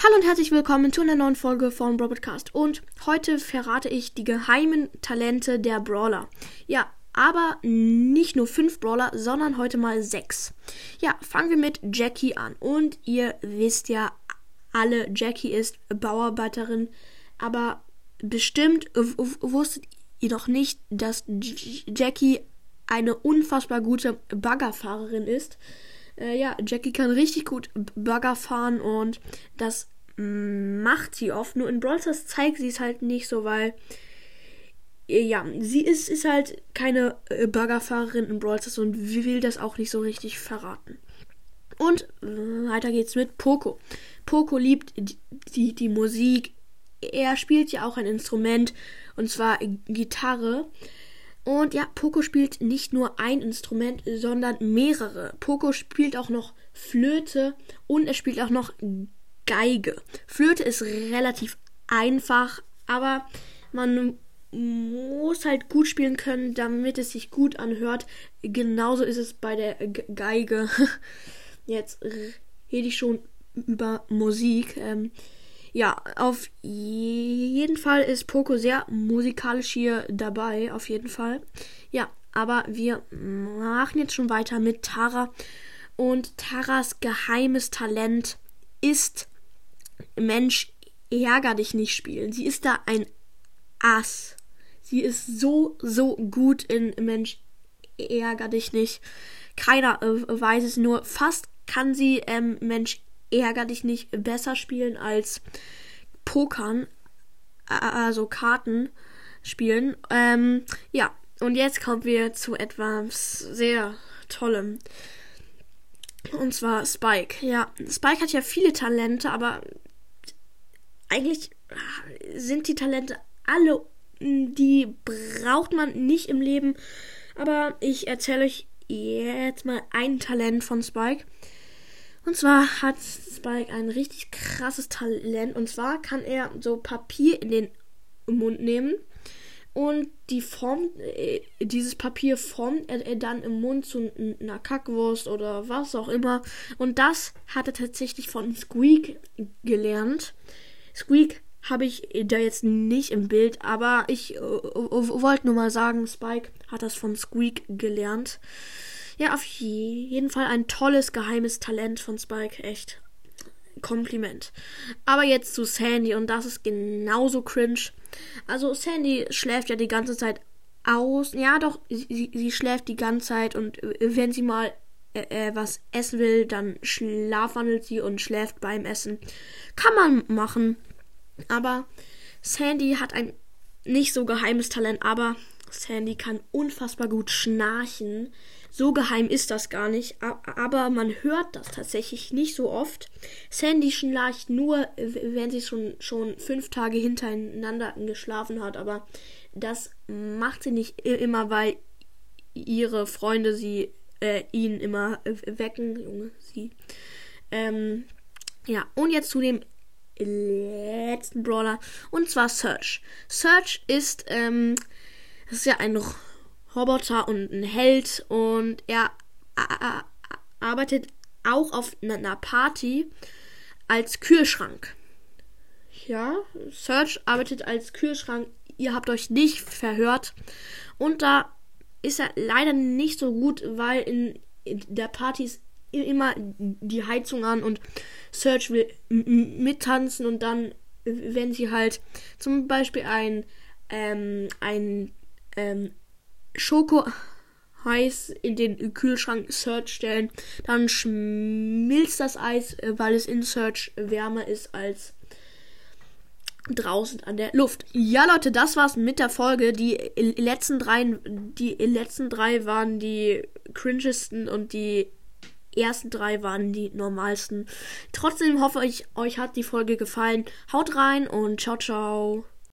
Hallo und herzlich willkommen zu einer neuen Folge von Broadcast. Und heute verrate ich die geheimen Talente der Brawler. Ja, aber nicht nur 5 Brawler, sondern heute mal 6. Ja, fangen wir mit Jackie an. Und ihr wisst ja alle, Jackie ist Bauarbeiterin. Aber bestimmt wusstet ihr doch nicht, dass Jackie eine unfassbar gute Baggerfahrerin ist. Jackie kann richtig gut Bagger fahren und das macht sie oft. Nur in Brawl Stars zeigt sie es halt nicht so, weil sie ist halt keine Baggerfahrerin in Brawl Stars und will das auch nicht so richtig verraten. Und weiter geht's mit Poco. Poco liebt die Musik. Er spielt ja auch ein Instrument, und zwar Gitarre. Und ja, Poco spielt nicht nur ein Instrument, sondern mehrere. Poco spielt auch noch Flöte und er spielt auch noch Geige. Flöte ist relativ einfach, aber man muss halt gut spielen können, damit es sich gut anhört. Genauso ist es bei der Geige. Jetzt rede ich schon über Musik. Auf jeden Fall ist Poco sehr musikalisch hier dabei, auf jeden Fall. Ja, aber wir machen jetzt schon weiter mit Tara. Und Taras geheimes Talent ist Mensch, ärger dich nicht spielen. Sie ist da ein Ass. Sie ist so gut in Mensch, ärger dich nicht. Keiner weiß es, nur fast kann sie Mensch, ärger dich nicht besser spielen als Pokern, also Karten spielen. Und jetzt kommen wir zu etwas sehr Tollem. Und zwar Spike. Ja, Spike hat ja viele Talente, aber eigentlich sind die Talente alle, die braucht man nicht im Leben. Aber ich erzähle euch jetzt mal ein Talent von Spike. Und zwar hat Spike ein richtig krasses Talent. Und zwar kann er so Papier in den Mund nehmen. Und dieses Papier formt er dann im Mund zu einer Kackwurst oder was auch immer. Und das hat er tatsächlich von Squeak gelernt. Squeak habe ich da jetzt nicht im Bild, aber ich wollte nur mal sagen, Spike hat das von Squeak gelernt. Ja, auf jeden Fall ein tolles, geheimes Talent von Spike. Echt Kompliment. Aber jetzt zu Sandy und das ist genauso cringe. Also Sandy schläft ja die ganze Zeit aus. Ja doch, sie schläft die ganze Zeit und wenn sie mal was essen will, dann schlafwandelt sie und schläft beim Essen. Kann man machen. Aber Sandy hat ein nicht so geheimes Talent, aber Sandy kann unfassbar gut schnarchen. So geheim ist das gar nicht, aber man hört das tatsächlich nicht so oft. Sandy schnarcht nur, wenn sie schon 5 Tage hintereinander geschlafen hat, aber das macht sie nicht immer, weil ihre Freunde ihn immer wecken. Junge, sie. Und jetzt zu dem letzten Brawler, und zwar Search. Search ist, das ist ja ein Roboter und ein Held und er arbeitet auch auf einer Party als Kühlschrank. Ja, Search arbeitet als Kühlschrank. Ihr habt euch nicht verhört. Und da ist er leider nicht so gut, weil in der Party ist immer die Heizung an und Search will mittanzen und dann, wenn sie halt zum Beispiel ein Schoko-Eis in den Kühlschrank Search stellen, dann schmilzt das Eis, weil es in Search wärmer ist als draußen an der Luft. Ja, Leute, das war's mit der Folge. Die letzten drei waren die cringesten und die ersten 3 waren die normalsten. Trotzdem hoffe ich, euch hat die Folge gefallen. Haut rein und ciao, ciao.